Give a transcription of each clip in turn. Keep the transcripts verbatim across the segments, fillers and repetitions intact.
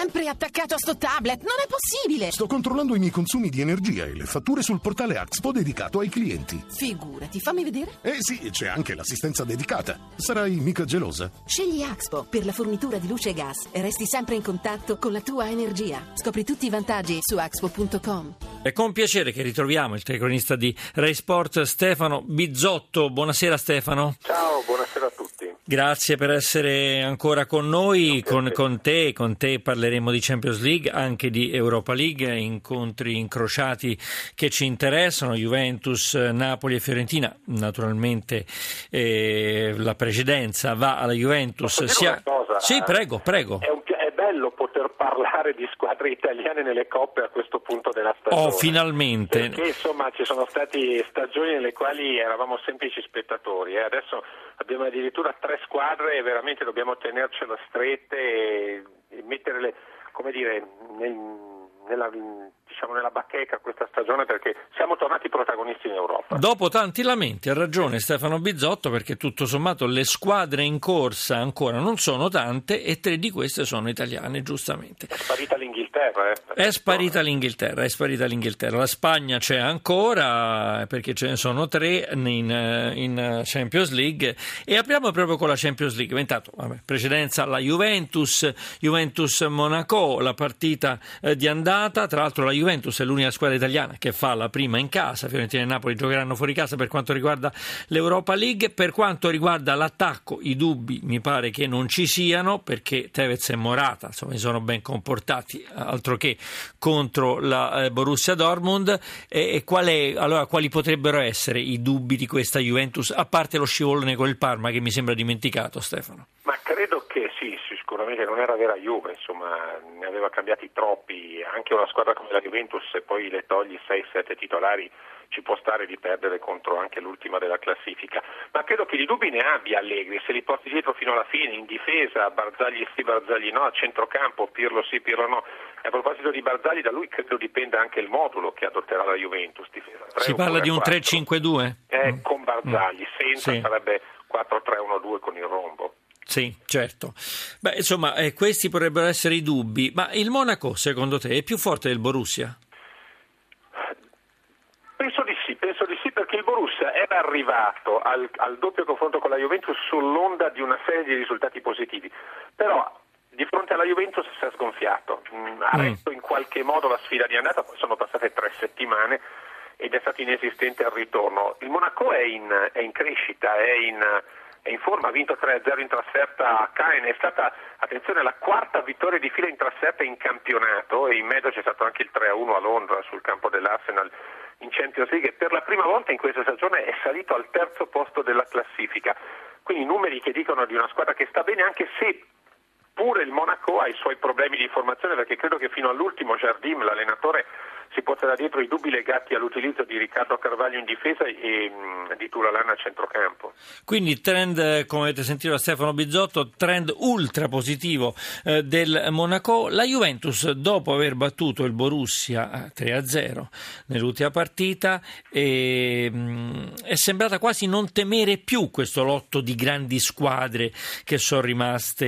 sempre attaccato a sto tablet, non è possibile! Sto controllando i miei consumi di energia e le fatture sul portale Axpo dedicato ai clienti. Figurati, fammi vedere. Eh sì, c'è anche l'assistenza dedicata. Sarai mica gelosa? Scegli Axpo per la fornitura di luce e gas e resti sempre in contatto con la tua energia. Scopri tutti i vantaggi su axpo punto com. È con piacere che ritroviamo il telecronista di Rai Sport Stefano Bizzotto. Buonasera Stefano. Ciao, buonasera a tutti. Grazie per essere ancora con noi, con, con te, con te parleremo di Champions League, anche di Europa League, incontri incrociati che ci interessano, Juventus, Napoli e Fiorentina, naturalmente eh, la precedenza va alla Juventus. Posso dire una cosa? Sì, prego, prego. È, un, è bello poter parlare di squadre italiane nelle coppe a questo punto della stagione. Oh, finalmente. Perché insomma ci sono stati stagioni nelle quali eravamo semplici spettatori, eh. Adesso abbiamo addirittura tre squadre e veramente dobbiamo tenercele strette e, e metterle, come dire, nel, nella, diciamo nella bacheca questa stagione, perché siamo tornati protagonisti in Europa. Dopo tanti lamenti, ha ragione Stefano Bizzotto, perché tutto sommato le squadre in corsa ancora non sono tante e tre di queste sono italiane, giustamente. È sparita l'Inghilterra. Eh, è sparita l'Inghilterra, è sparita l'Inghilterra. La Spagna c'è ancora, perché ce ne sono tre in, in Champions League, e apriamo proprio con la Champions League. Intanto, vabbè, precedenza la Juventus, Juventus-Monaco, la partita eh, di andata. Tra l'altro la Juventus è l'unica squadra italiana che fa la prima in casa, Fiorentina e Napoli giocheranno fuori casa per quanto riguarda l'Europa League. Per quanto riguarda l'attacco, i dubbi mi pare che non ci siano, perché Tevez e Morata insomma si sono ben comportati, altro che contro la eh, Borussia Dortmund. E, e qual è, allora, quali potrebbero essere i dubbi di questa Juventus, a parte lo scivolone con il Parma che mi sembra dimenticato, Stefano? Ma credo che sì, sicuramente non era vera Juve, insomma ne aveva cambiati troppi. Anche una squadra come la Juventus, se poi le togli sei sette titolari, ci può stare di perdere contro anche l'ultima della classifica, ma credo che i dubbi ne abbia Allegri, se li porti dietro fino alla fine, in difesa, Barzagli sì, Barzagli no, a centrocampo, Pirlo sì, Pirlo no. A proposito di Barzagli, da lui credo dipenda anche il modulo che adotterà la Juventus. Difesa tre, si parla di un tre cinque due? Eh, mm. con Barzagli, senza sì. Sarebbe quattro tre uno due con il rombo. Sì, certo. Beh, insomma, eh, questi potrebbero essere i dubbi, ma il Monaco, secondo te, è più forte del Borussia? Penso di sì, penso di sì, perché il Borussia era arrivato al, al doppio confronto con la Juventus sull'onda di una serie di risultati positivi, però di fronte alla Juventus si è sgonfiato, ha retto mm. in qualche modo la sfida di andata, poi sono passate tre settimane ed è stato inesistente al ritorno. Il Monaco è in, è in crescita, è in, è in forma, ha vinto tre a zero in trasferta a Caen, è stata, attenzione, la quarta vittoria di fila in trasferta in campionato, e in mezzo c'è stato anche il tre a uno a Londra sul campo dell'Arsenal in Champions League, e per la prima volta in questa stagione è salito al terzo posto della classifica. Quindi numeri che dicono di una squadra che sta bene, anche se pure il Monaco ha i suoi problemi di formazione, perché credo che fino all'ultimo Jardim, l'allenatore, si porterà dietro i dubbi legati all'utilizzo di Riccardo Carvalho in difesa e mh, di Turalana a centrocampo. Quindi trend, come avete sentito da Stefano Bizzotto, trend ultra positivo eh, del Monaco. La Juventus, dopo aver battuto il Borussia tre a zero nell'ultima partita, eh, mh, è sembrata quasi non temere più questo lotto di grandi squadre che sono rimaste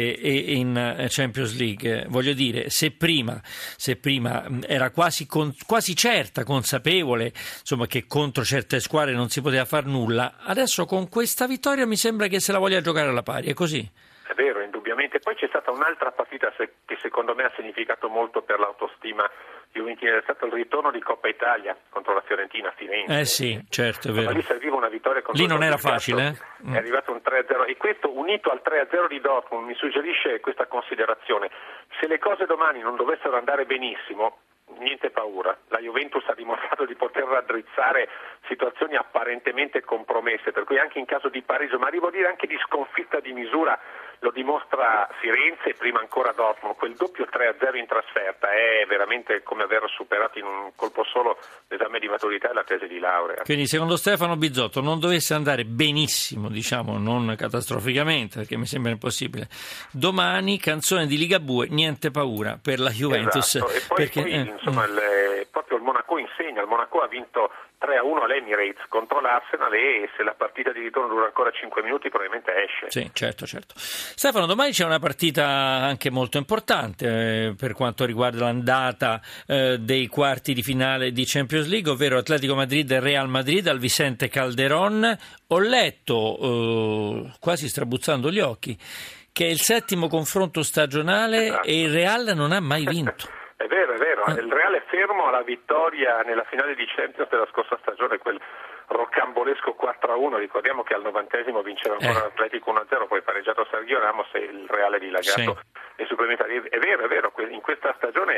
in Champions League. Voglio dire, se prima, se prima era quasi con quasi certa, consapevole, insomma, che contro certe squadre non si poteva far nulla, adesso con questa vittoria mi sembra che se la voglia giocare alla pari, è così? È vero, indubbiamente. Poi c'è stata un'altra partita che secondo me ha significato molto per l'autostima juventina, è stato il ritorno di Coppa Italia contro la Fiorentina a Firenze. Eh sì, certo, è vero. Ma lì serviva una vittoria contro lì non era facile, eh? È arrivato un tre a zero, e questo unito al tre a zero di Dortmund mi suggerisce questa considerazione: se le cose domani non dovessero andare benissimo, niente paura, la Juventus ha dimostrato di poter raddrizzare situazioni apparentemente compromesse, per cui anche in caso di pareggio, ma arrivo a dire anche di sconfitta di misura, lo dimostra Firenze e prima ancora Dortmund. Quel doppio tre a zero in trasferta è veramente come aver superato in un colpo solo l'esame di maturità e la tesi di laurea. Quindi secondo Stefano Bizzotto non dovesse andare benissimo, diciamo non catastroficamente, perché mi sembra impossibile, domani canzone di Ligabue, niente paura per la Juventus. Esatto. E poi, perché, poi eh, insomma il, proprio il Monaco insegna, il Monaco ha vinto tre a uno all'Emirates contro l'Arsenal, e se la partita di ritorno dura ancora cinque minuti probabilmente esce. Sì, certo, certo. Stefano, domani c'è una partita anche molto importante eh, per quanto riguarda l'andata eh, dei quarti di finale di Champions League, ovvero Atletico Madrid e Real Madrid al Vicente Calderón. Ho letto, eh, quasi strabuzzando gli occhi, che è il settimo confronto stagionale, esatto, e il Real non ha mai vinto. È vero, è vero, il Real è fermo alla vittoria nella finale di Champions della scorsa stagione, quel roccambolesco quattro a uno, ricordiamo che al novantesimo vinceva ancora eh. l'Atletico uno a zero, poi pareggiato Sergio Ramos e il Real è dilagato sì. nei supplementari. È vero, è vero, in questa stagione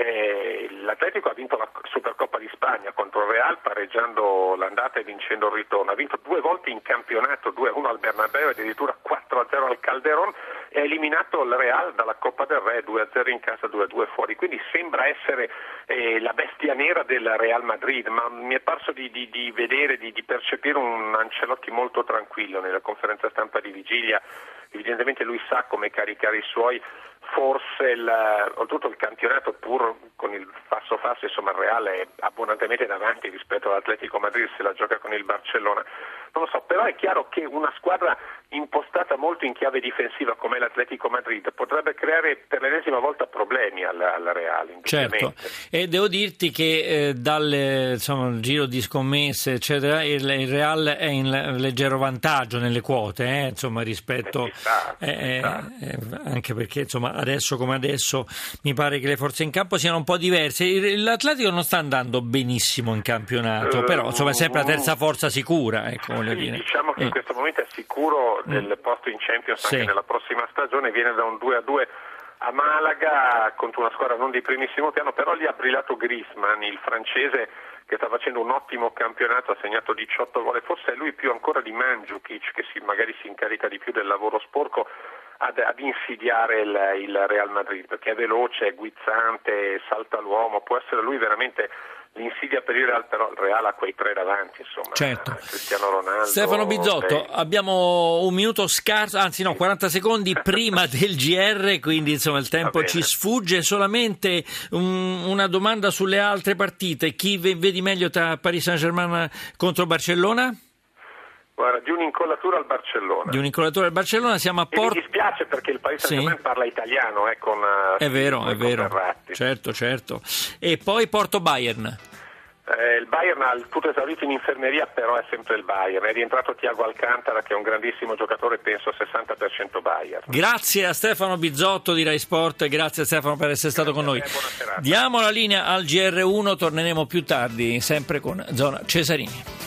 eh, l'Atletico ha vinto la Supercoppa di Spagna contro il Real, pareggiando l'andata e vincendo il ritorno, ha vinto due volte in campionato, due a uno al Bernabéu e addirittura quattro a zero al Calderón, e ha eliminato il Real dalla Coppa del Re, due a zero in casa, due a due fuori, quindi sembra essere eh, la bestia nera del Real Madrid, ma mi è parso di, di, di vedere, di, di percepire un Ancelotti molto tranquillo nella conferenza stampa di vigilia. Evidentemente lui sa come caricare i suoi, forse il, oltretutto il campionato, pur con il falso falso, insomma il Real è abbondantemente davanti rispetto all'Atletico Madrid, se la gioca con il Barcellona, non lo so, però è chiaro che una squadra impostata molto in chiave difensiva come l'Atletico Madrid potrebbe creare per l'ennesima volta problemi al, al Real. Certo, e devo dirti che eh, dal insomma, giro di scommesse eccetera il, il Real è in leggero vantaggio nelle quote, eh, insomma rispetto eh, sta, eh, eh, anche perché insomma adesso come adesso mi pare che le forze in campo siano un po' diverse. L'Atletico non sta andando benissimo in campionato, uh, però insomma è sempre la terza forza sicura, ecco. Sì, diciamo che in questo momento è sicuro del posto in Champions anche sì. nella prossima stagione, viene da un due a due a Malaga contro una squadra non di primissimo piano, però lì ha brillato Griezmann, il francese, che sta facendo un ottimo campionato, ha segnato diciotto gol, forse è lui più ancora di Mandzukic, che si, magari si incarica di più del lavoro sporco, ad, ad insidiare il, il Real Madrid, perché è veloce, è guizzante, salta l'uomo, può essere lui veramente l'insidia per il Real, però il Real ha quei tre davanti, insomma. Certo. Cristiano Ronaldo. Stefano Bizzotto, Beh. abbiamo un minuto scarso, anzi no, quaranta secondi prima del G R, quindi insomma il tempo ci sfugge. Solamente un, una domanda sulle altre partite. Chi vedi meglio tra Paris Saint-Germain contro Barcellona? Guarda, di un'incollatura al Barcellona. Di un'incollatura al Barcellona, siamo a Porto. Mi dispiace perché il Paris Saint-Germain sì. parla italiano, eh, con È vero, è vero. Verratti. Certo, certo. E poi Porto Bayern. Eh, il Bayern ha il tutto esaurito in infermeria, però è sempre il Bayern. È rientrato Thiago Alcantara, che è un grandissimo giocatore, penso sessanta per cento Bayern. Grazie a Stefano Bizzotto di Rai Sport, grazie a Stefano per essere stato grazie con noi. Buona serata. Diamo la linea al G R uno, torneremo più tardi, sempre con Zona Cesarini.